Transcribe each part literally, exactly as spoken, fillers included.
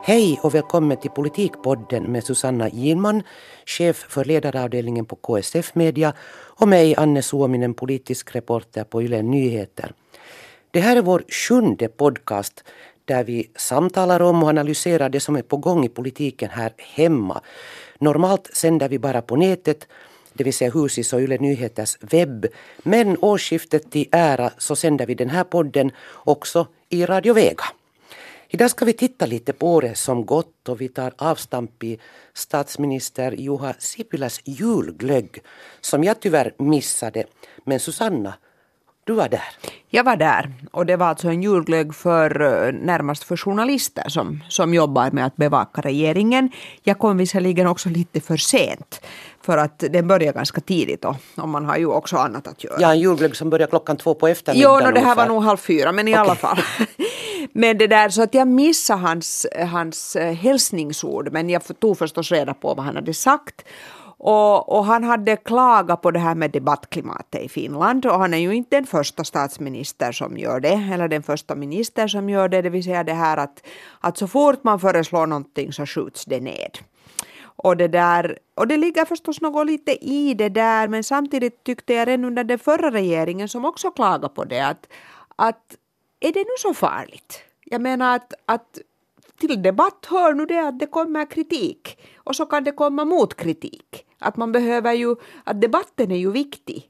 Hej och välkommen till Politikpodden med Susanna Ginman, chef för ledaravdelningen på K S F Media, och mig, Anne Suominen, politisk reporter på Yle Nyheter. Det här är vår sjunde podcast där vi samtalar om och analyserar det som är på gång i politiken här hemma. Normalt sänder vi bara på nätet, det vill säga Husis och Yle Nyheters webb. Men årsskiftet till ära så sänder vi den här podden också i Radio Vega. Idag ska vi titta lite på året som gått och vi tar avstamp i statsminister Juha Sipiläs julglögg som jag tyvärr missade. Men Susanna, du var där. Jag var där och det var alltså en julglögg för närmast för journalister som, som jobbar med att bevaka regeringen. Jag kom visserligen också lite för sent för att den börjar ganska tidigt och, och man har ju också annat att göra. Ja, en julglögg som börjar klockan två på eftermiddagen. Jo, no, det här var nog halv fyra, men i okay. alla fall. Men det där, så att jag missade hans, hans hälsningsord, men jag tog förstås reda på vad han hade sagt. Och, och han hade klagat på det här med debattklimatet i Finland, och han är ju inte den första statsminister som gör det, eller den första minister som gör det, det vill säga det här att, att så fort man föreslår någonting så skjuts det ned. Och det, där, och det ligger förstås något lite i det där, men samtidigt tyckte jag redan under den förra regeringen som också klagade på det, att, att är det nu så farligt? Jag menar att, att till debatt hör nu det att det kommer kritik och så kan det komma motkritik. Att man behöver ju, att debatten är ju viktig.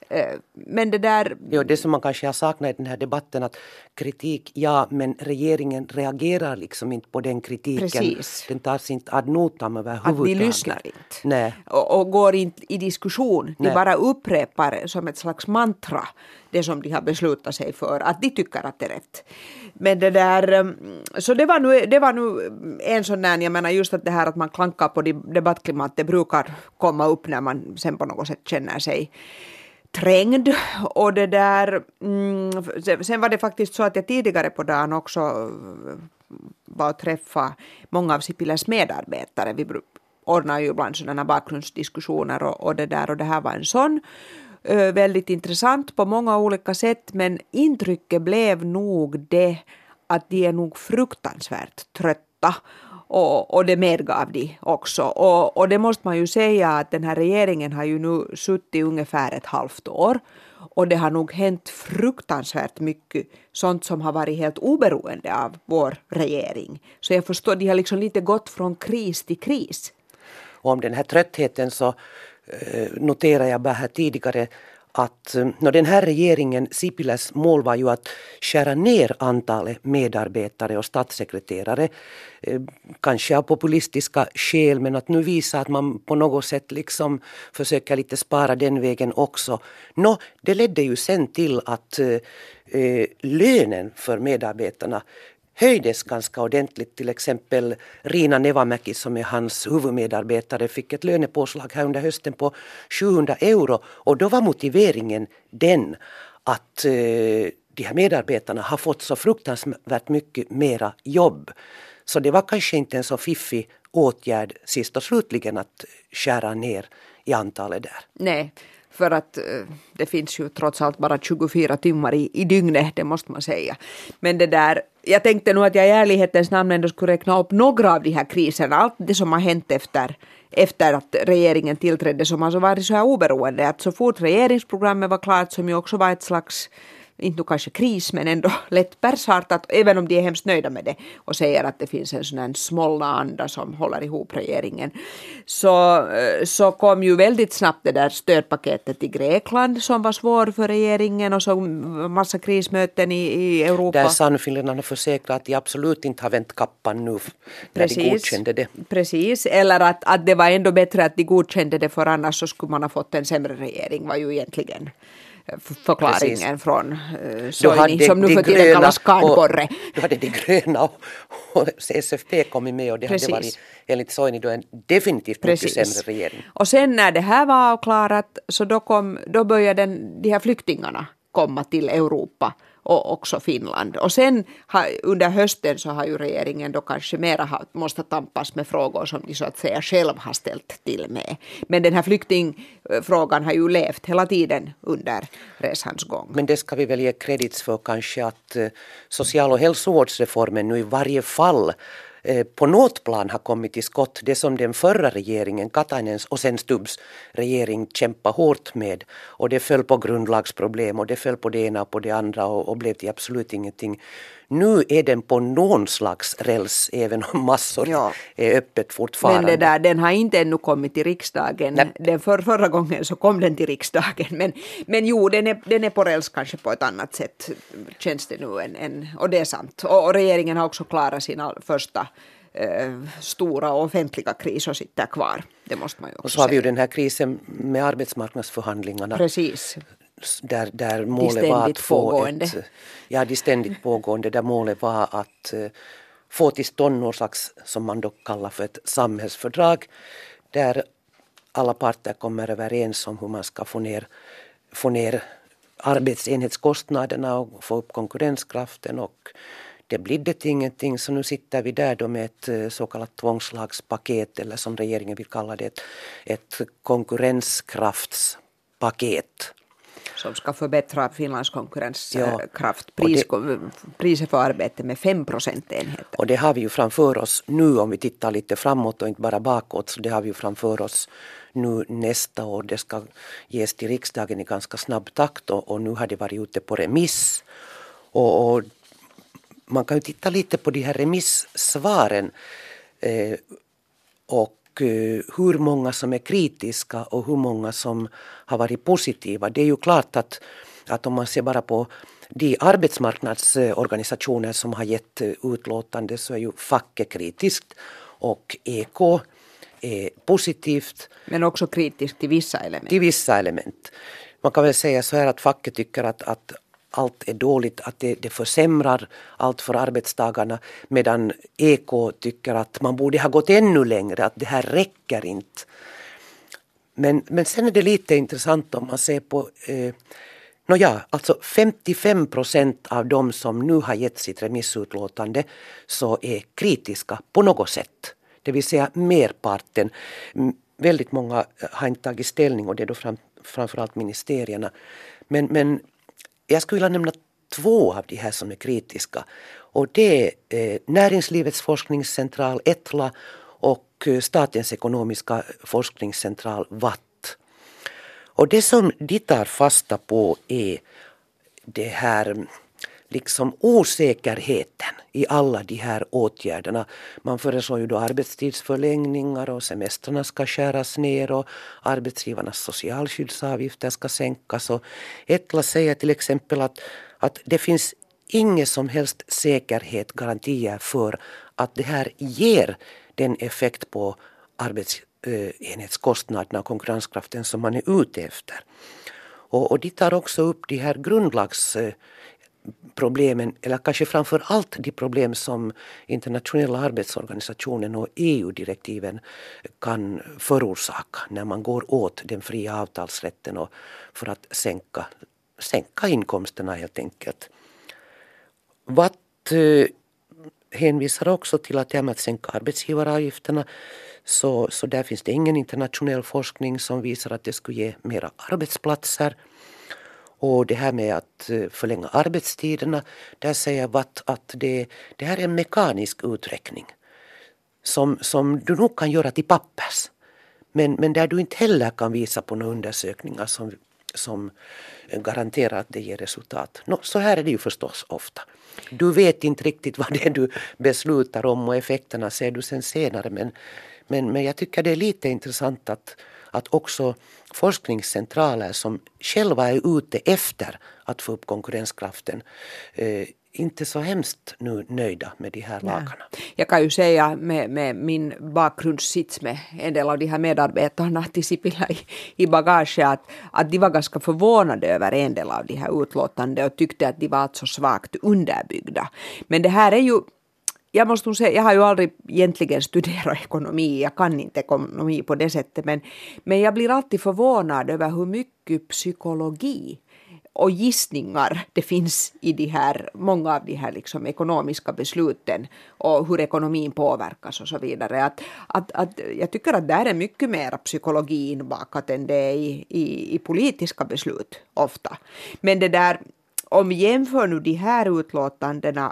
Men det där... Jo, det som man kanske har saknat i den här debatten, att kritik, ja, men regeringen reagerar liksom inte på den kritiken. Precis. Den tar sig inte ad notam överhuvudtaget. Att de lyssnar inte. Nej. Och, och går inte i diskussion. De Nej. bara upprepar som ett slags mantra det som de har beslutat sig för, att de tycker att det är rätt. Men det där, så det var nu, det var nu en sån där, jag menar just att det här att man klankar på debattklimat, det brukar komma upp när man sen på något sätt känner sig trängd. Och det där, mm, sen var det faktiskt så att jag tidigare på dagen också var och träffa många av Sipiläs medarbetare. Vi ordnar ju ibland sådana bakgrundsdiskussioner och, och det där, och det här var en sån. Ö, väldigt intressant på många olika sätt, men intrycket blev nog det att de är nog fruktansvärt trötta. Och, och det medgav de också. Och, och det måste man ju säga att den här regeringen har ju nu suttit ungefär ett halvt år. Och det har nog hänt fruktansvärt mycket sånt som har varit helt oberoende av vår regering. Så jag förstår, de har liksom lite gått från kris till kris. Och om den här tröttheten så eh, noterar jag bara här tidigare att när den här regeringen, Sipiläs mål var ju att skära ner antalet medarbetare och statssekreterare, eh, kanske av populistiska skäl, men att nu visa att man på något sätt liksom försöker lite spara den vägen också. Nå, det ledde ju sen till att eh, lönen för medarbetarna höjdes ganska ordentligt. Till exempel Riina Nevamäki, som är hans huvudmedarbetare, fick ett lönepåslag här under hösten på sjuhundra euro. Och då var motiveringen den att eh, de här medarbetarna har fått så fruktansvärt mycket mera jobb. Så det var kanske inte en så fiffig åtgärd sist och slutligen att skära ner i antalet där. Nej. För att det finns ju trots allt bara tjugofyra timmar i, i dygnet, det måste man säga. Men det där, jag tänkte nog att jag i ärlighetens namn ändå skulle räkna upp några av de här kriserna. Allt det som har hänt efter, efter att regeringen tillträdde, som har varit så här oberoende. Att så fort regeringsprogrammet var klart, som ju också var ett slags, inte kanske kris, men ändå lätt bärsartat, även om de är hemskt nöjda med det och säger att det finns en sån här smolla anda som håller ihop regeringen, så, så kom ju väldigt snabbt det där stödpaketet i Grekland som var svår för regeringen, och så massa krismöten i, i Europa. Där Sannfinländarna försäkrar att de absolut inte har vänt kappan nu när precis, de godkände det. Precis, eller att, att det var ändå bättre att de godkände det, för annars så skulle man ha fått en sämre regering, var ju egentligen förklaringen. Precis. Från uh, Soini, som nu för tiden kallas Kardborre. Då hade de gröna och, och S F P kommit med, och det Precis. hade varit enligt Soini då en definitivt Precis. mycket sämre regering. Och sen när det här var avklarat, så då, kom, då började den, de här flyktingarna komma till Europa och också Finland. Och sen har, under hösten så har ju regeringen då kanske mera ha, måste tampas med frågor som de så att säga själv har ställt till med. Men den här flyktingfrågan har ju levt hela tiden under resans gång. Men det ska vi väl ge kredits för kanske, att social- och hälsovårdsreformen nu i varje fall eh, på något plan har kommit till skott. Det som den förra regeringen, Katainens och sen Stubbs regering kämpade hårt med. Och det föll på grundlagsproblem och det föll på det ena och på det andra och, och blev till absolut ingenting. Nu är den på någon slags räls, även om massor ja. är öppet fortfarande. Men det där, den har inte ännu kommit till riksdagen. Den för, förra gången så kom den till riksdagen. Men, men jo, den är, den är på räls kanske på ett annat sätt, känns det nu. Än, än, och det är sant. Och, och regeringen har också klarat sina första eh, stora offentliga kris och sitter kvar. Det måste man ju också Och så har vi ju säga. den här krisen med arbetsmarknadsförhandlingarna. Precis. Där, där målet var att få pågående. ett, ja, de ständigt pågående, där målet var att uh, få till stånd någon slags, som man då kallar för ett samhällsfördrag, där alla parter kommer överens om hur man ska få ner, få ner arbetsenhetskostnaderna och få upp konkurrenskraften, och det blir det ingenting, så nu sitter vi där då med ett uh, så kallat tvångslagspaket, eller som regeringen vill kalla det, ett, ett konkurrenskraftspaket. Som ska förbättra Finlands konkurrenskraft. Ja, Pris, det, priset för arbete med fem procentenheter. Och det har vi ju framför oss nu, om vi tittar lite framåt och inte bara bakåt, så det har vi ju framför oss nu nästa år. Det ska ges till riksdagen i ganska snabb takt, och, och nu har det varit ute på remiss. Och, och man kan ju titta lite på de här remissvaren eh, och hur många som är kritiska och hur många som har varit positiva. Det är ju klart att, att om man ser bara på de arbetsmarknadsorganisationer som har gett utlåtande, så är ju facket kritiskt och E K är positivt. Men också kritiskt till vissa element. Till vissa element. Man kan väl säga så här att facket tycker att, att allt är dåligt, att det, det försämrar allt för arbetstagarna, medan E K tycker att man borde ha gått ännu längre, att det här räcker inte. Men, men sen är det lite intressant om man ser på, eh, nåja, alltså femtiofem procent av de som nu har gett sitt remissutlåtande så är kritiska på något sätt. Det vill säga merparten. Väldigt många har inte tagit ställning, och det är då fram, framförallt ministerierna. Men, men jag skulle vilja nämna två av de här som är kritiska, och det är eh, Näringslivets forskningscentral Etla och eh, Statens ekonomiska forskningscentral V A T. Och det som de tar fasta på är det här liksom osäkerheten i alla de här åtgärderna. Man föreslår ju då arbetstidsförlängningar, och semestrarna ska skäras ner, och arbetsgivarnas socialskyddsavgifter ska sänkas. Och Etla säger till exempel att, att det finns ingen som helst säkerhet, garantier för att det här ger den effekt på arbetsenhetskostnaderna och konkurrenskraften som man är ute efter. Och, och de tar också upp de här grundlags problemen, eller kanske framför allt de problem som internationella arbetsorganisationen och E U-direktiven kan förorsaka när man går åt den fria avtalsrätten och för att sänka, sänka inkomsterna helt enkelt. V A T hänvisar också till att det med att sänka arbetsgivaravgifterna, så, så där finns det ingen internationell forskning som visar att det skulle ge mera arbetsplatser. Och det här med att förlänga arbetstiderna, där säger V A T att det, det här är en mekanisk uträkning som, som du nog kan göra till pappers. Men, men där du inte heller kan visa på några undersökningar som, som garanterar att det ger resultat. Nå, så här är det ju förstås ofta. Du vet inte riktigt vad det är du beslutar om, och effekterna ser du sen senare. Men, men, men jag tycker det är lite intressant att att också forskningscentraler som själva är ute efter att få upp konkurrenskraften eh, inte så hemskt nu nöjda med de här lagarna. Jag kan ju säga med, med min bakgrundssits med en del av de här medarbetarna till Sipilä i, i bagage att, att de var ganska förvånade över en del av de här utlåtande och tyckte att de var så svagt underbyggda. Men det här är ju, jag måste nog säga, jag har ju aldrig egentligen studerat ekonomi, jag kan inte ekonomi på det sättet, men, men jag blir alltid förvånad över hur mycket psykologi och gissningar det finns i de här, många av de här liksom ekonomiska besluten och hur ekonomin påverkas och så vidare. Att, att, att jag tycker att där är mycket mer psykologi inbakat än det är i, i, i politiska beslut ofta. Men det där, om vi jämför nu de här utlåtandena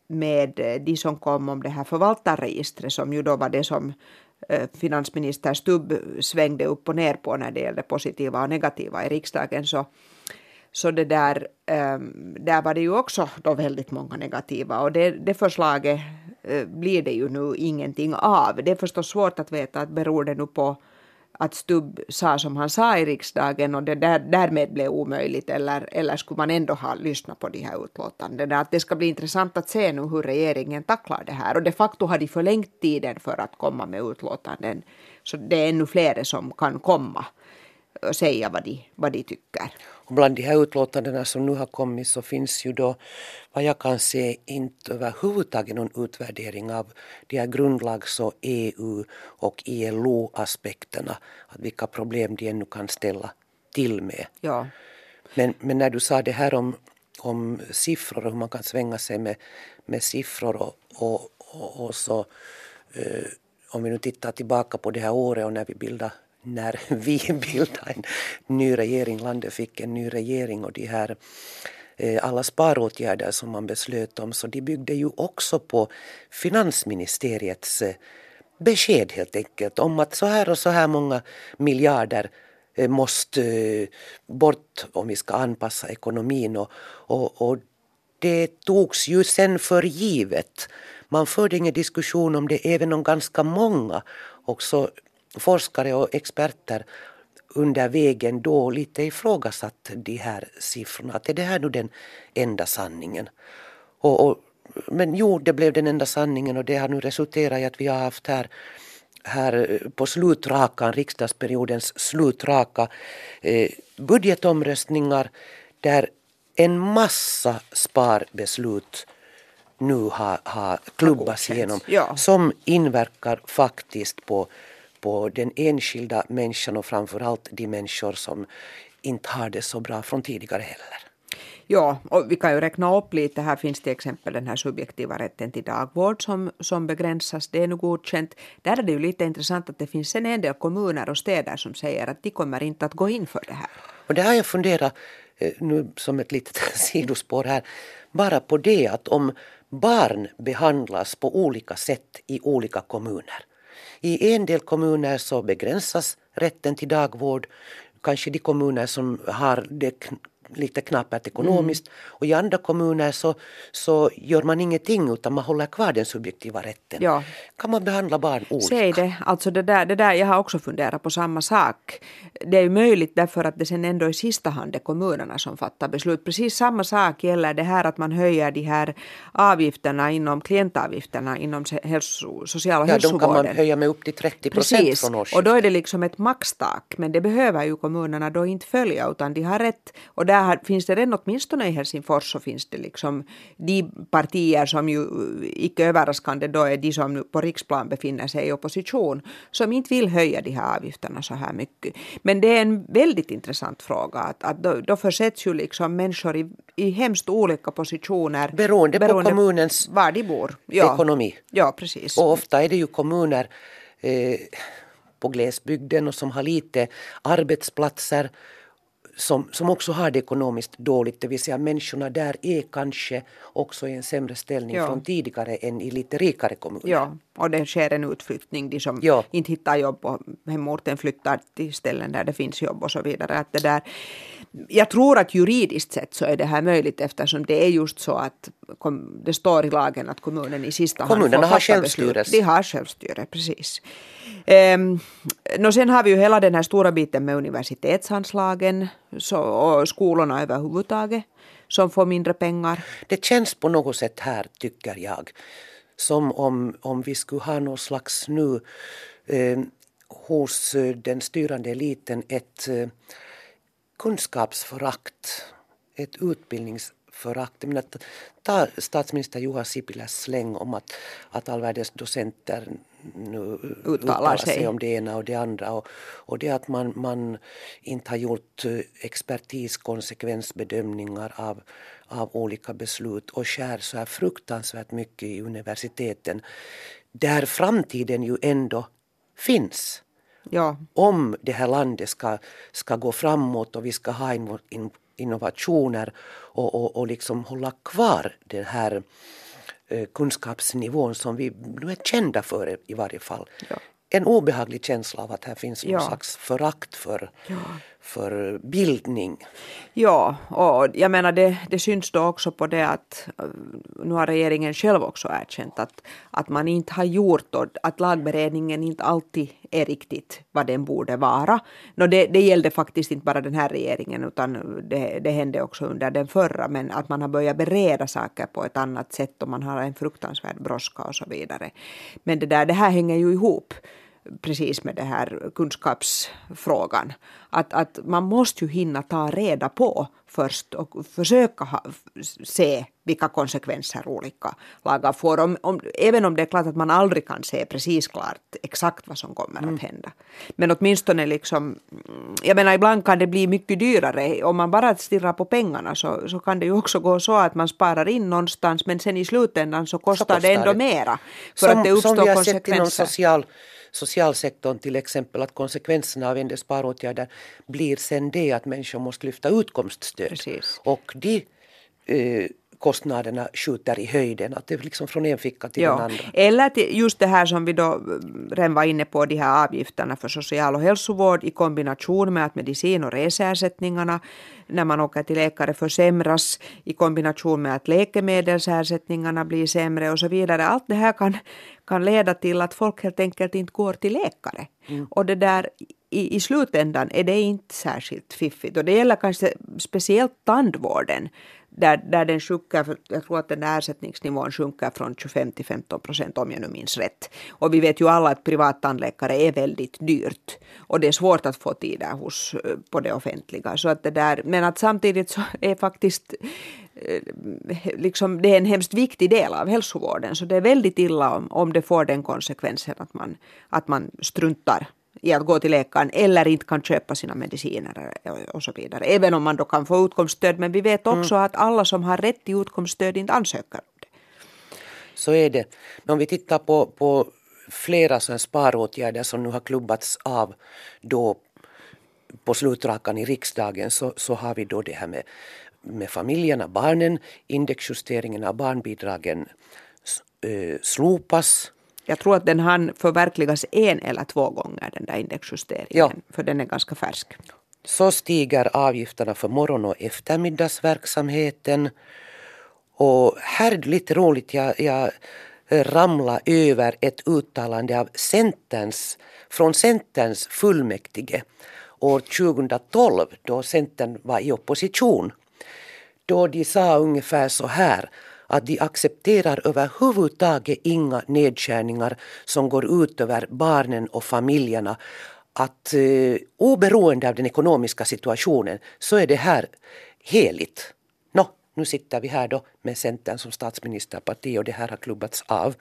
med de som kom om det här förvaltarregistret som ju då var det som finansminister Stubb svängde upp och ner på när det gällde positiva och negativa i riksdagen, så, så det där, där var det ju också då väldigt många negativa, och det, det förslaget blir det ju nu ingenting av. Det är förstås svårt att veta att beror det nu på att Stubb sa som han sa i riksdagen och det där, därmed blev omöjligt, eller, eller skulle man ändå ha lyssnat på de här utlåtandena. Att det ska bli intressant att se nu hur regeringen tacklar det här, och de facto har de förlängt tiden för att komma med utlåtanden, så det är ännu fler som kan komma och säga vad de, vad de tycker. Och bland de här utlåtandena som nu har kommit så finns ju då, vad jag kan se, inte överhuvudtaget någon utvärdering av de här grundlags- och E U- och I L O-aspekterna, att vilka problem de ännu kan ställa till med. Ja. Men, men när du sa det här om, om siffror och hur man kan svänga sig med, med siffror och, och, och, och så, eh, om vi nu tittar tillbaka på det här året och när vi bildade när vi bildade en ny regering, landet fick en ny regering och de här eh, alla sparåtgärder som man beslöt om, så de byggde ju också på finansministeriets eh, besked helt enkelt om att så här och så här många miljarder eh, måste eh, bort om vi ska anpassa ekonomin, och, och, och det togs ju sen för givet. Man förde ingen diskussion om det, även om ganska många också forskare och experter under vägen då lite ifrågasatt de här siffrorna. Att är det här nu den enda sanningen? Och, och, men jo, det blev den enda sanningen, och det har nu resulterat i att vi har haft här, här på slutrakan, riksdagsperiodens slutraka eh, budgetomröstningar där en massa sparbeslut nu har, har klubbats igenom, ja. Som inverkar faktiskt på på den enskilda människan och framförallt de människor som inte har det så bra från tidigare heller. Ja, och vi kan ju räkna upp lite. Här finns till exempel den här subjektiva rätten till dagvård som, som begränsas. Det är nu godkänt. Där är det ju lite intressant att det finns en del kommuner och städer som säger att de kommer inte att gå in för det här. Och det har jag funderat nu som ett litet sidospår här, bara på det att om barn behandlas på olika sätt i olika kommuner. I en del kommuner så begränsas rätten till dagvård, kanske de kommuner som har det lite knappert ekonomiskt, mm. och i andra kommuner så, så gör man ingenting utan man håller kvar den subjektiva rätten. Ja. Kan man behandla barn olika? Säg det, alltså det där, det där, jag har också funderat på samma sak. Det är ju möjligt därför att det sen ändå i sista hand är kommunerna som fattar beslut. Precis samma sak gäller det här att man höjer de här avgifterna inom klientavgifterna inom hälso, social- och ja, hälsovården. Ja, de kan man höja med upp till trettio procent från årsskiftet. Och då är det liksom ett maxtak, men det behöver ju kommunerna då inte följa, utan de har rätt. Och där har, finns det redan åtminstone i Helsingfors, så finns det liksom de partier som ju icke överraskande då är de som nu på riksplan befinner sig i opposition, som inte vill höja de här avgifterna så här mycket. Men det är en väldigt intressant fråga att, att då, då försätts ju liksom människor i, i hemskt olika positioner. Beroende, beroende på kommunens var de bor. Ja. Ekonomi. Ja, precis. Och ofta är det ju kommuner eh, på glesbygden och som har lite arbetsplatser Som, som också har det ekonomiskt dåligt, det vill säga människorna där är kanske också i en sämre ställning ja. från tidigare än i lite rikare kommuner. Ja, och det sker en utflyttning, de som ja. inte hittar jobb och hemorten flyttar till ställen där det finns jobb och så vidare. Att det där, jag tror att juridiskt sett så är det här möjligt, eftersom det är just så att det står i lagen att kommunen i sista hand Kommunerna får har fatta beslut. självstyrelse. De har självstyre, precis. Um, no sen har vi ju hela den här stora biten med universitetsanslagen så, och skolorna överhuvudtaget som får mindre pengar. Det känns på något sätt här, tycker jag, som om, om vi skulle ha någon slags nu eh, hos den styrande eliten ett eh, kunskapsförakt, ett utbildningsförakt. Men att ta statsminister Juha Sipiläs släng om att, att all världens docenter nu uttalar, uttalar sig. sig om det ena och det andra, och, och det att man, man inte har gjort expertiskonsekvensbedömningar av, av olika beslut och skär så här fruktansvärt mycket i universiteten där framtiden ju ändå finns. Ja. Om det här landet ska, ska gå framåt och vi ska ha in, in, innovationer och, och, och liksom hålla kvar den här eh, kunskapsnivån som vi nu är kända för i varje fall. Ja. En obehaglig känsla av att här finns Ja. någon slags förakt för, Ja. för bildning. Ja, och jag menar det, det syns då också på det att uh, nu har regeringen själv också erkänt att, att man inte har gjort och att lagberedningen inte alltid är riktigt vad den borde vara. No, det, det gällde faktiskt inte bara den här regeringen utan det, det hände också under den förra, men att man har börjat bereda saker på ett annat sätt och man har en fruktansvärd brådska och så vidare. Men det, där, det här hänger ju ihop precis med det här kunskapsfrågan. Att, att man måste ju hinna ta reda på först och försöka ha, se vilka konsekvenser olika lagar får. Om, om, även om det är klart att man aldrig kan se precis klart exakt vad som kommer mm. att hända. Men åtminstone liksom, jag menar ibland kan det bli mycket dyrare. Om man bara stirrar på pengarna så, så kan det ju också gå så att man sparar in någonstans men sen i slutändan så kostar, så kostar det ändå det. mera. För som, att det uppstår som vi har konsekvenser. sett inom social socialsektorn till exempel, att konsekvenserna av en del sparåtgärder blir sen det att människor måste lyfta utkomststöd. Precis. Och de eh, kostnaderna skjuter i höjden, att det är liksom från en ficka till ja. den andra. Eller till just det här som vi då redan var inne på, de här avgifterna för social- och hälsovård i kombination med att medicin- och reseersättningarna när man åker till läkare försämras i kombination med att läkemedelsersättningarna blir sämre och så vidare. Allt det här kan, kan leda till att folk helt enkelt inte går till läkare. Mm. Och det där i, i slutändan är det inte särskilt fiffigt. Och det gäller kanske speciellt tandvården. Där, där den sjunker, jag tror att den ersättningsnivån sjunker från tjugofem till femton procent om jag nu minns rätt. Och vi vet ju alla att privattandläkare är väldigt dyrt. Och det är svårt att få tider hos, på det offentliga. Så att det där, men att samtidigt så är faktiskt liksom, det är en hemskt viktig del av hälsovården. Så det är väldigt illa om, om det får den konsekvensen att man, att man struntar i att gå till läkaren eller inte kan köpa sina mediciner och så vidare. Även om man då kan få utkomststöd. Men vi vet också mm. att alla som har rätt till utkomststöd inte ansöker om det. Så är det. Men om vi tittar på, på flera sådana sparåtgärder som nu har klubbats av då på slutrakan i riksdagen så, så har vi då det här med, med familjerna, barnen, indexjusteringen av barnbidragen äh, slopas. Jag tror att den hann förverkligas en eller två gånger, den där indexjusteringen. Ja. För den är ganska färsk. Så stiger avgifterna för morgon- och eftermiddagsverksamheten. Och här är det lite roligt, jag, jag ramlar över ett uttalande av Centerns, från Centerns fullmäktige år tjugohundratolv, då Centern var i opposition. Då de sa ungefär så här, att de accepterar överhuvudtaget inga nedskärningar som går ut över barnen och familjerna. Att eh, oberoende av den ekonomiska situationen så är det här heligt. Nå, nu sitter vi här då med Centern som statsministerparti och det här har klubbats av.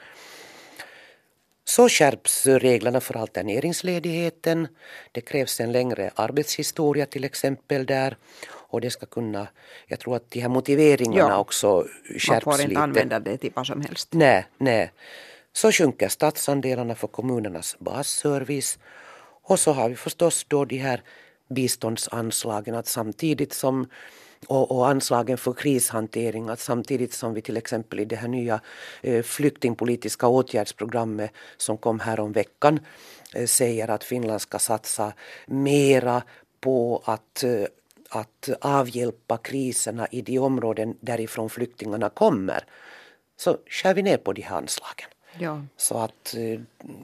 Så skärps reglerna för alterneringsledigheten. Det krävs en längre arbetshistoria till exempel där. Och det ska kunna, jag tror att de här motiveringarna ja, också skärps lite. Man får inte lite. använda det till vad som helst. Nej, nej. Så sjunker statsandelarna för kommunernas basservice. Och så har vi förstås då de här biståndsanslagen att samtidigt som och, och anslagen för krishantering att samtidigt som vi till exempel i det här nya eh, flyktingpolitiska åtgärdsprogrammet som kom här om veckan eh, säger att Finland ska satsa mera på att eh, att avhjälpa kriserna i de områden därifrån flyktingarna kommer, så skär vi ner på de här anslagen. Ja. Så att eh,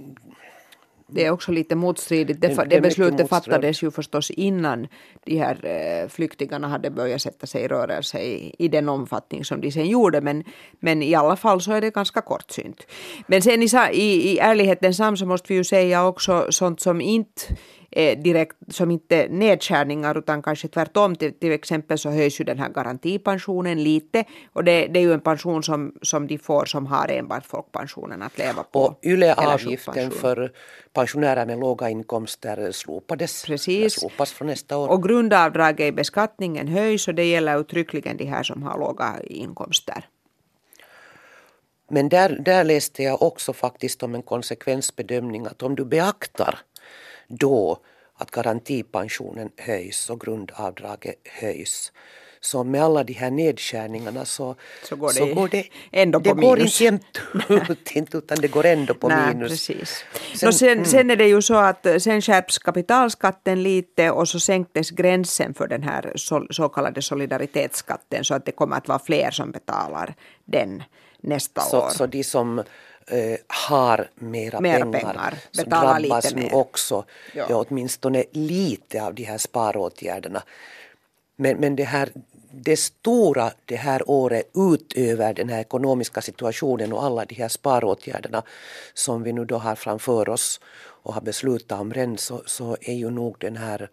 det är också lite motstridigt. Det, det, det beslutet fattades ju förstås innan de här eh, flyktingarna hade börjat sätta sig i rörelse i, i den omfattning som de sen gjorde. Men, men i alla fall så är det ganska kortsynt. Men sen i, i, i ärlighetens namn så måste vi ju säga också sånt som inte är direkt, som inte nedskärningar utan kanske tvärtom. Till, till exempel så höjs ju den här garantipensionen lite. Och det, det är ju en pension som, som de får som har enbart folkpensionen att leva på. Och yleavgiften för pensionärer med låga inkomster slopades. Precis. Slopas från nästa år. Och grundavdraget i beskattningen höjs och det gäller uttryckligen de här som har låga inkomster. Men där, där läste jag också faktiskt om en konsekvensbedömning att om du beaktar då att garantipensionen höjs och grundavdraget höjs så med alla de här nedskärningarna så, så går det, så går det ändå det på går minus. inte jämnt ut, utan det går ändå på Nej, minus. Precis. Sen, no, sen, mm. sen är det ju så att sen skärps kapitalskatten lite och så sänktes gränsen för den här så, så kallade solidaritetsskatten så att det kommer att vara fler som betalar den nästa så, år. Så de som eh, har mera, mera pengar, pengar så betalar drabbas lite nu mer. också Ja. ja, åtminstone lite av de här sparåtgärderna. Men, men det här det stora det här året utöver den här ekonomiska situationen och alla de här sparåtgärderna som vi nu då har framför oss och har beslutat om redan, så, så är ju nog den här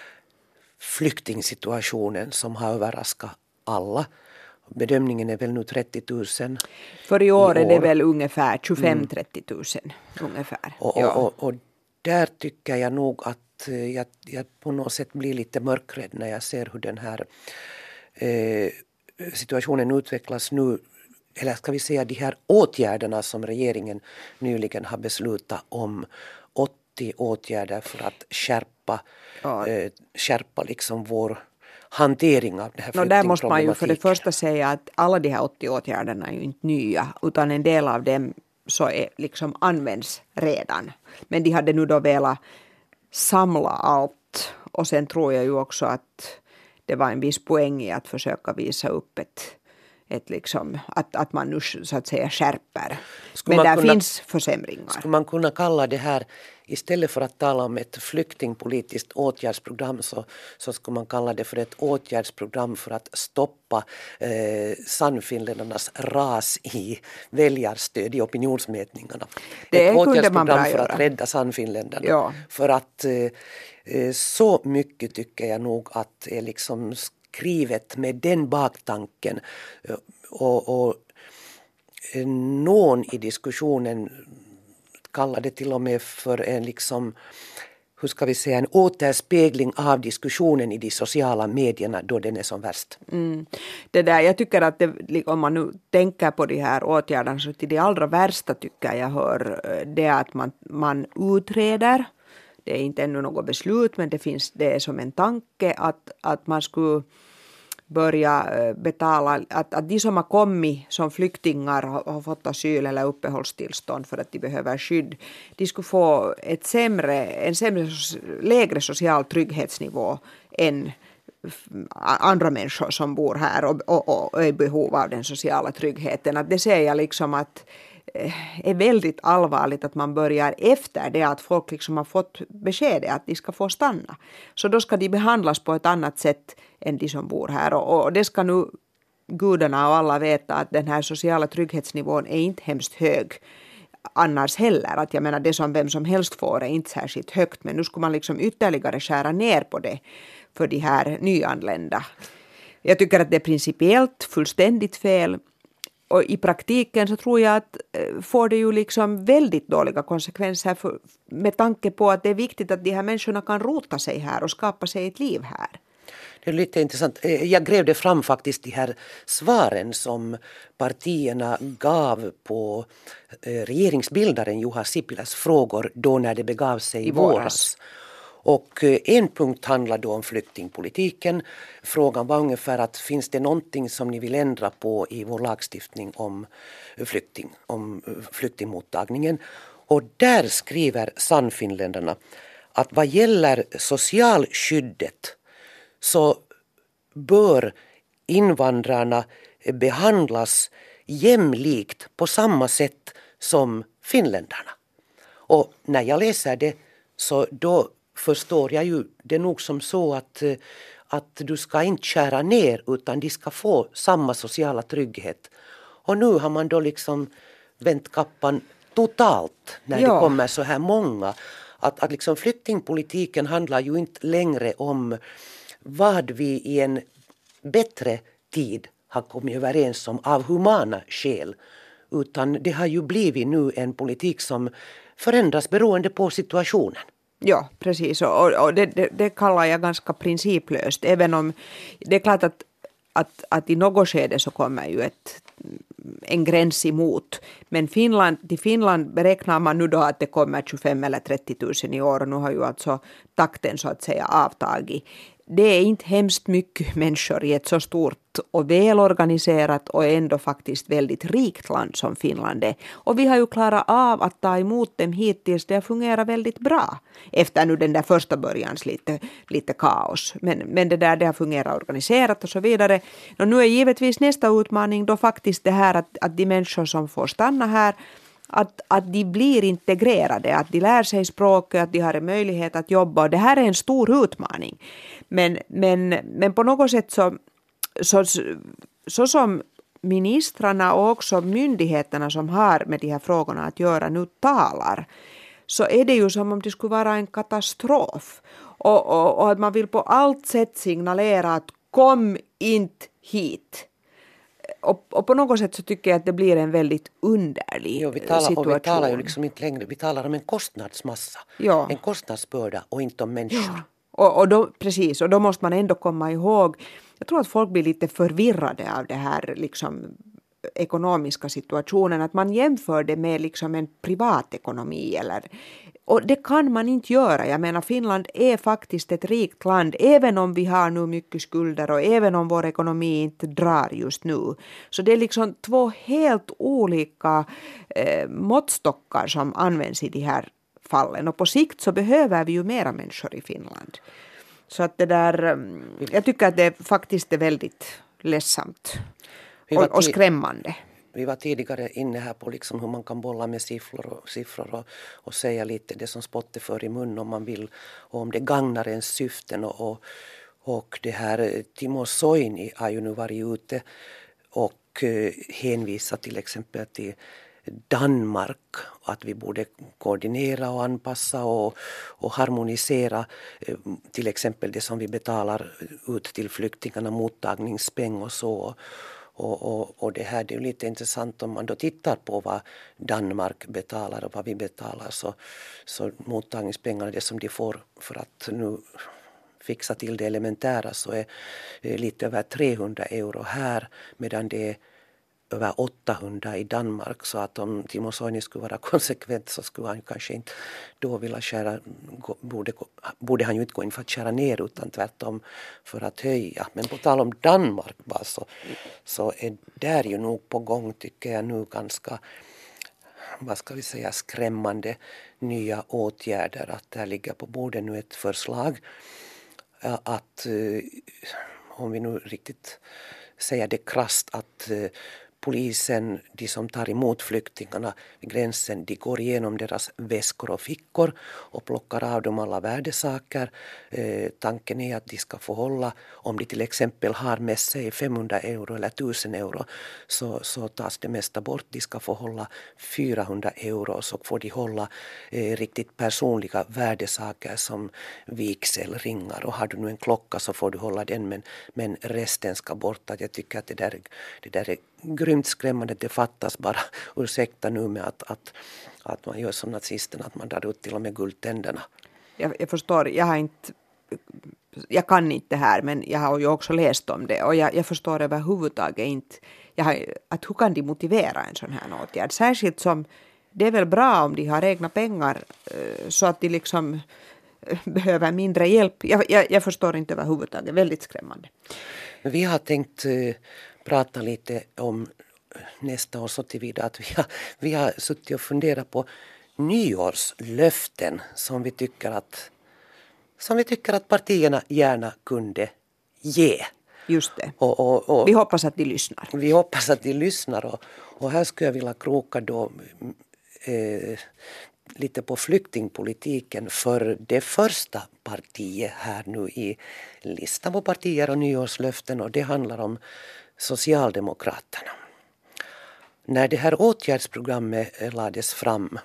flyktingsituationen som har överraskat alla. Bedömningen är väl nu trettio tusen. För i år i är det år. väl ungefär tjugofem till trettio tusen ungefär. Och, ja. och, och, och där tycker jag nog att jag, jag på något sätt blir lite mörkrädd när jag ser hur den här eh, situationen utvecklas nu. Eller ska vi säga de här åtgärderna som regeringen nyligen har beslutat om. åttio åtgärder för att skärpa, Ja. eh, skärpa liksom vår hantering av det här No, där måste man ju för det flyktingproblematiken. första säga att alla de här åttio åtgärderna är ju inte nya, utan en del av dem så är liksom används redan. Men de hade nu då velat samla allt, och sen tror jag ju också att det var en viss poäng i att försöka visa upp ett, ett liksom, att, att man nu så att säga skärper. Skulle Men man där kunna- finns försämringar. Skulle man kunna kalla det här, istället för att tala om ett flyktingpolitiskt åtgärdsprogram, så, så skulle man kalla det för ett åtgärdsprogram för att stoppa eh, sannfinländarnas ras i väljarstöd i opinionsmätningarna. Det ett kunde man åtgärdsprogram bra för göra. att rädda sannfinländarna. Ja. För att eh, eh, så mycket tycker jag nog att är liksom skrivet med den baktanken. Eh, och, och eh, någon i diskussionen kallar det till och med för en liksom, hur ska vi säga, en återspegling av diskussionen i de sociala medierna då den är som värst. Mm. Det där, jag tycker att det, om man nu tänker på de här åtgärderna, så till det allra värsta tycker jag hör det att man, man utreder. Det är inte ännu något beslut, men det finns det är som en tanke att, att man skulle börja betala, att, att de som har kommit som flyktingar har, har fått asyl eller uppehållstillstånd för att de behöver skydd, de skulle få ett sämre, en sämre, lägre social trygghetsnivå än andra människor som bor här och, och, och är i behov av den sociala tryggheten. Att det ser jag liksom att är väldigt allvarligt att man börjar efter det att folk liksom har fått beskedet att de ska få stanna. Så då ska de behandlas på ett annat sätt än de som bor här. Och, och det ska nu gudarna och alla veta att den här sociala trygghetsnivån är inte hemskt hög annars heller. Att jag menar det som vem som helst får är inte särskilt högt, men nu ska man liksom ytterligare skära ner på det för de här nyanlända. Jag tycker att det är principiellt fullständigt fel. Och i praktiken så tror jag att får det ju liksom väldigt dåliga konsekvenser för, med tanke på att det är viktigt att de här människorna kan rota sig här och skapa sig ett liv här. Det är lite intressant. Jag grävde fram faktiskt de här svaren som partierna gav på regeringsbildaren Juha Sipiläs frågor då när det begav sig i våras. våras. Och en punkt handlade om flyktingpolitiken. Frågan var ungefär att finns det någonting som ni vill ändra på i vår lagstiftning om, flykting, om flyktingmottagningen. Och där skriver sannfinländarna att vad gäller socialskyddet så bör invandrarna behandlas jämlikt på samma sätt som finländarna. Och när jag läser det så då förstår jag ju det nog som så att, att du ska inte skära ner utan de ska få samma sociala trygghet. Och nu har man då liksom vänt kappan totalt när Ja. det kommer så här många. Att, att liksom flyktingpolitiken handlar ju inte längre om vad vi i en bättre tid har kommit överens om av humana skäl. Utan det har ju blivit nu en politik som förändras beroende på situationen. Ja, precis. Och, och det, det, det kallar jag ganska principlöst. Även om det är klart att, att, att i något skede så kommer ju ett, en gräns emot. Men Finland, till Finland beräknar man nu då att det kommer tjugofem eller trettio tusen i år. Och nu har ju alltså takten så att säga avtagit. det är inte hemskt mycket människor i ett så stort och välorganiserat och ändå faktiskt väldigt rikt land som Finland är. Och vi har ju klarat av att ta emot dem hittills. Det har fungerat väldigt bra. Efter nu den där första börjans lite, lite kaos. Men, men det där det har fungerat organiserat och så vidare. Och nu är givetvis nästa utmaning då faktiskt det här att, att de människor som får stanna här Att, att de blir integrerade, att de lär sig språket, att de har en möjlighet att jobba. Och det här är en stor utmaning. Men, men, men på något sätt så, så, så som ministrarna och också myndigheterna som har med de här frågorna att göra nu talar, så är det ju som om det skulle vara en katastrof. Och, och, och att man vill på allt sätt signalera att kom inte hit. Och, och på något sätt så tycker jag att det blir en väldigt underlig jo, vi talar, situation. Och vi talar ju liksom inte längre, vi talar om en kostnadsmassa, ja. en kostnadsbörda och inte om människor. Ja. Och, och då, precis, och då måste man ändå komma ihåg, jag tror att folk blir lite förvirrade av det här liksom ekonomiska situationen, att man jämför det med liksom en privatekonomi eller och det kan man inte göra. Jag menar Finland är faktiskt ett rikt land även om vi har nu mycket skulder och även om vår ekonomi inte drar just nu. Så det är liksom två helt olika eh, måttstockar som används i de här fallen och på sikt så behöver vi ju mera människor i Finland. Så att det där, jag tycker att det faktiskt är väldigt ledsamt och, och skrämmande. Vi var tidigare inne här på liksom hur man kan bolla med siffror och, siffror och, och säga lite det som spottet för i mun om man vill och om det gagnar ens syften. Och, och, och det här Timo Soini har ju nu varit ute och eh, hänvisat till exempel till Danmark, att vi borde koordinera och anpassa och, och harmonisera eh, till exempel det som vi betalar ut till flyktingarna, mottagningspeng och så. Och, och, och det här det är ju lite intressant om man då tittar på vad Danmark betalar och vad vi betalar så, så mottagningspengarna, det som de får för att nu fixa till det elementära så är, är lite över trehundra euro här medan det är över åttahundra i Danmark, så att om Timo Soini skulle vara konsekvent så skulle han kanske inte då vilja skära, borde, borde han ju inte gå in för att skära ner utan tvärtom för att höja. Men på tal om Danmark bara så, så är där ju nog på gång tycker jag nu ganska, vad ska vi säga, skrämmande nya åtgärder. Att där ligger på bordet nu ett förslag att om vi nu riktigt säger det krasst att polisen, de som tar emot flyktingarna vid gränsen, de går igenom deras väskor och fickor och plockar av dem alla värdesaker. Eh, tanken är att de ska få hålla, om de till exempel har med sig femhundra euro eller tusen euro så, så tas det mesta bort. De ska få hålla fyrahundra euro så får de hålla eh, riktigt personliga värdesaker som vigselringar, och har du nu en klocka så får du hålla den men, men resten ska bort. Att jag tycker att det där, det där är grymt skrämmande. Det fattas bara, ursäkta nu med att, att, att man gör som nazisterna, att man drar ut till och med guldtänderna. Jag, jag förstår, jag har inte, jag kan inte det här men jag har ju också läst om det och jag, jag förstår överhuvudtaget inte jag har, att hur kan de motivera en sån här åtgärd, särskilt som det är väl bra om de har egna pengar så att de liksom behöver mindre hjälp. Jag, jag, jag förstår inte överhuvudtaget, väldigt skrämmande. Vi har tänkt uh, prata lite om nästa år så tillvida att vi har, vi har suttit och funderat på nyårslöften som vi tycker att som vi tycker att partierna gärna kunde ge. Just det. Och, och, och, vi hoppas att de lyssnar. Vi hoppas att de lyssnar och, och här skulle jag vilja kroka då eh, lite på flyktingpolitiken för det första partiet här nu i listan på partier och nyårslöften, och det handlar om Socialdemokraterna. När det här åtgärdsprogrammet lades fram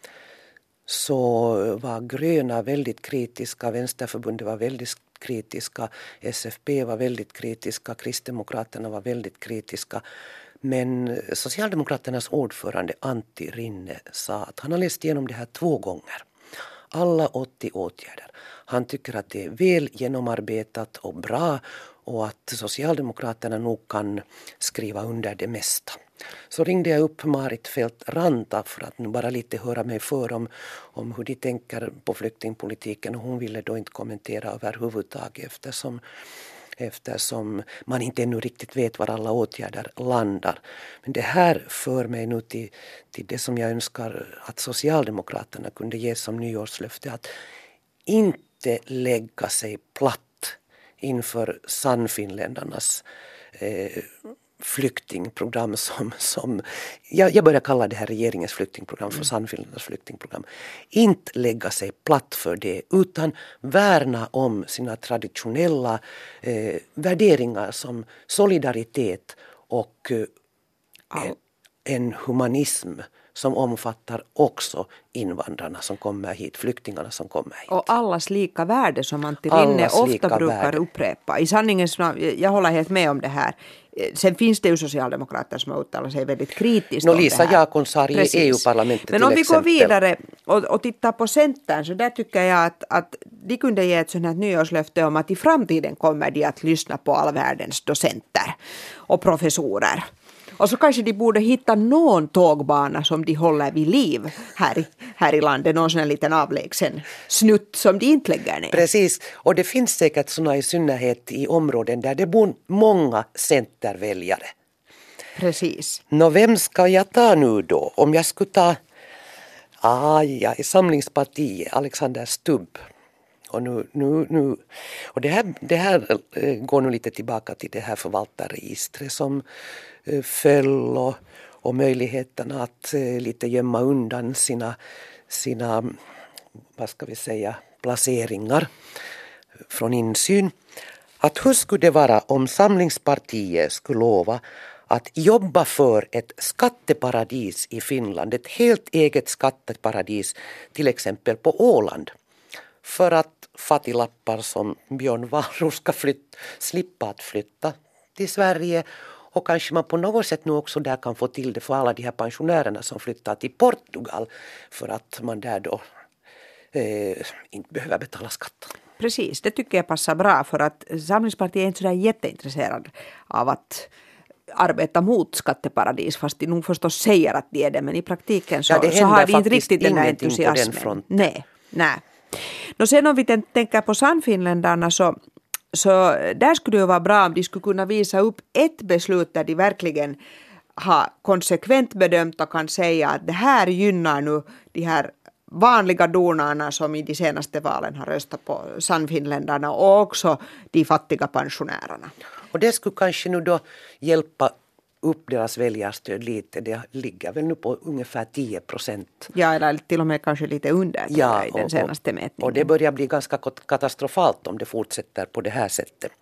så var gröna väldigt kritiska, Vänsterförbundet var väldigt kritiska, S F P var väldigt kritiska, Kristdemokraterna var väldigt kritiska. Men Socialdemokraternas ordförande Antti Rinne sa att han har läst igenom det här två gånger. Alla åttio åtgärder. Han tycker att det är väl genomarbetat och bra och att Socialdemokraterna nog kan skriva under det mesta. Så ringde jag upp Marit Fält Ranta för att nu bara lite höra mig för om, om hur de tänker på flyktingpolitiken, och hon ville då inte kommentera överhuvudtaget eftersom, eftersom man inte ännu riktigt vet var alla åtgärder landar. Men det här för mig nu till, till det som jag önskar att Socialdemokraterna kunde ge som nyårslöfte, att inte lägga sig platt inför Sannfinländarnas eh, flyktingprogram som, som jag, jag börjar kalla det här regeringens flyktingprogram för Sannfinländarnas flyktingprogram. Inte lägga sig platt för det, utan värna om sina traditionella eh, värderingar som solidaritet och eh, en, en humanism som omfattar också invandrarna som kommer hit, flyktingarna som kommer hit. Och allas lika värde som Antti Rinne ofta brukar värde. upprepa. I sanningens namn, jag håller helt med om det här. Sen finns det ju socialdemokrater som har uttalat sig väldigt kritiskt no, om Lisa det här. Jaakonsaari i E U-parlamentet till Men om vi exempel. går vidare och, och tittar på Centern, så där tycker jag att, att de kunde ge ett sånt här nyårslöfte om att i framtiden kommer de att lyssna på all världens docenter och professorer. Och så kanske de borde hitta någon tågbana som de håller vid liv här i, här i landet. Någon sån här liten avlägsen snutt som de inte lägger ner. Precis, och det finns säkert såna i synnerhet i områden där det bor många centerväljare. Precis. Nå, vem ska jag ta nu då? Om jag skulle ta aj, aj, Samlingspartiet, Alexander Stubb. Och, nu, nu, nu. och det här, det här äh, går nu lite tillbaka till det här förvaltarregistret som äh, föll och, och möjligheten att äh, lite gömma undan sina, sina, vad ska vi säga, placeringar från insyn. Att hur skulle det vara om Samlingspartiet skulle lova att jobba för ett skatteparadis i Finland, ett helt eget skatteparadis, till exempel på Åland, för att fattiglappar som Björn Wahlroos ska flytt, slippa att flytta till Sverige, och kanske man på något sätt nu också där kan få till det för alla de här pensionärerna som flyttar till Portugal, för att man där då eh, inte behöver betala skatt. Precis, det tycker jag passar bra, för att Samlingspartiet är inte så där jätteintresserad av att arbeta mot skatteparadis, fast de nog förstås säger att de är det, men i praktiken så, ja, så har de inte riktigt den här entusiasmen. Nej, nej. No, sen om vi tänker på Sannfinländarna, så, så där skulle det vara bra om de skulle kunna visa upp ett beslut där de verkligen har konsekvent bedömt och kan säga att det här gynnar nu de här vanliga donarna som i de senaste valen har röstat på Sannfinländarna, och också de fattiga pensionärerna. Och det skulle kanske nu då hjälpa upp deras väljarstöd lite. Det ligger väl nu på ungefär tio procent. Ja, eller till och med kanske lite under ja, i den och, senaste mätningen. Och det börjar bli ganska katastrofalt om det fortsätter på det här sättet.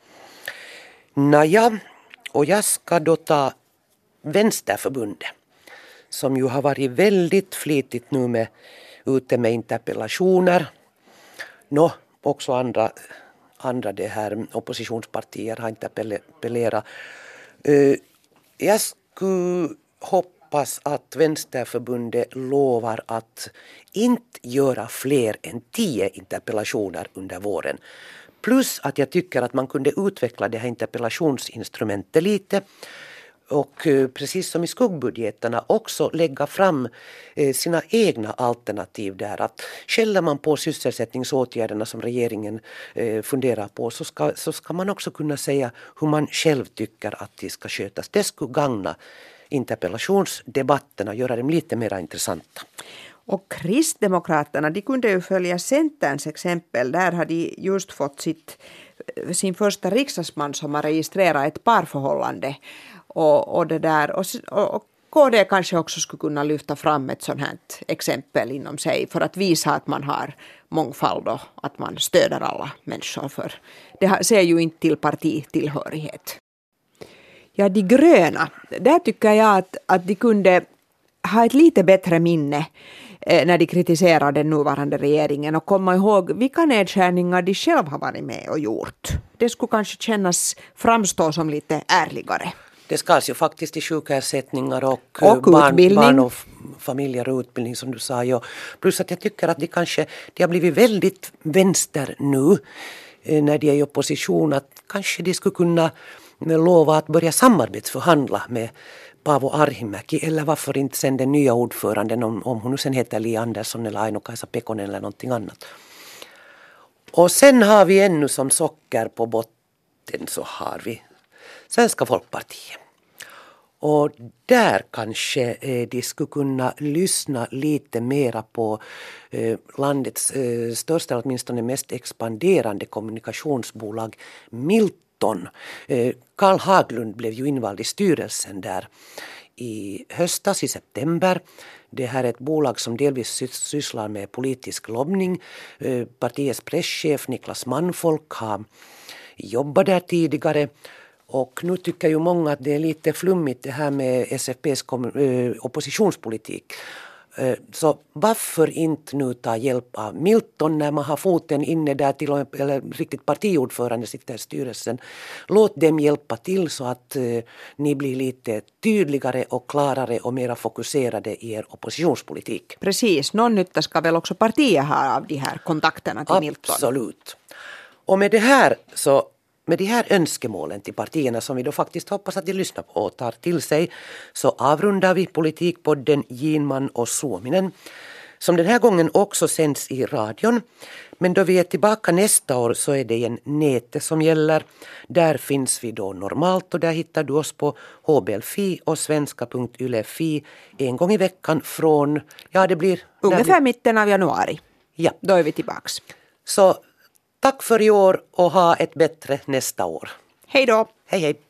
Naja, och jag ska då ta Vänsterförbundet, som ju har varit väldigt flitigt nu med, ute med interpellationer. Nå, också andra, andra det här oppositionspartier har interpellerat. Uh, Jag skulle hoppas att Vänsterförbundet lovar att inte göra fler än tio interpellationer under våren. Plus att jag tycker att man kunde utveckla det här interpellationsinstrumentet lite. Och precis som i skuggbudgeterna också lägga fram sina egna alternativ där. Att skäller man på sysselsättningsåtgärderna som regeringen funderar på, så ska, så ska man också kunna säga hur man själv tycker att de ska skötas. Det skulle gagna interpellationsdebatterna och göra dem lite mer intressanta. Och Kristdemokraterna, de kunde ju följa Centerns exempel. Där har de just fått sitt, sin första riksdagsman som har registrerat ett parförhållande. Och, och, det där, och, och K D kanske också skulle kunna lyfta fram ett sådant här exempel inom sig för att visa att man har mångfald och att man stöder alla människor. För det ser ju inte till partitillhörighet. Ja, de gröna, där tycker jag att, att de kunde ha ett lite bättre minne eh, när de kritiserar den nuvarande regeringen och komma ihåg vilka nedskärningar de själva har varit med och gjort. Det skulle kanske kännas, framstå som lite ärligare. Det skals ju faktiskt i sjukersättningar och, och barn, utbildning. barn och familjer och utbildning som du sa. Ja. Plus att jag tycker att de kanske de har blivit väldigt vänster nu eh, när de är i opposition. Att kanske de skulle kunna lova att börja samarbetsförhandla med Paavo Arhimäki eller varför inte sen den nya ordföranden om, om hon nu sen heter Li Andersson eller Aino-Kaisa Pekonen eller någonting annat. Och sen har vi ännu som socker på botten så har vi Svenska Folkpartiet. Och där kanske eh, de skulle kunna lyssna lite mera på eh, landets eh, största, åtminstone mest expanderande kommunikationsbolag Milton. Eh, Carl Haglund blev ju invald i styrelsen där i höstas i september. Det här är ett bolag som delvis sysslar med politisk lobbning. Eh, partiets presschef Niklas Manfolk har jobbat där tidigare. Och nu tycker ju många att det är lite flummigt det här med S F P:s oppositionspolitik. Så varför inte nu ta hjälp av Milton när man har foten inne där till eller riktigt partiordförande sitter i styrelsen. Låt dem hjälpa till så att eh, ni blir lite tydligare och klarare och mera fokuserade i er oppositionspolitik. Precis, någon nytta ska väl också partiet ha av de här kontakterna till Milton. Absolut. Och med det här så Med de här önskemålen till partierna som vi då faktiskt hoppas att de lyssnar på och tar till sig så avrundar vi Politikpodden Ginman och Suominen som den här gången också sänds i radion. Men då vi är tillbaka nästa år så är det en näte som gäller. Där finns vi då normalt och där hittar du oss på h b l f i och svenska punkt yle punkt f i en gång i veckan från, ja det blir... Ungefär vi... mitten av januari. Ja. Då är vi tillbaks. Så tack för i år och ha ett bättre nästa år. Hej då! Hej hej!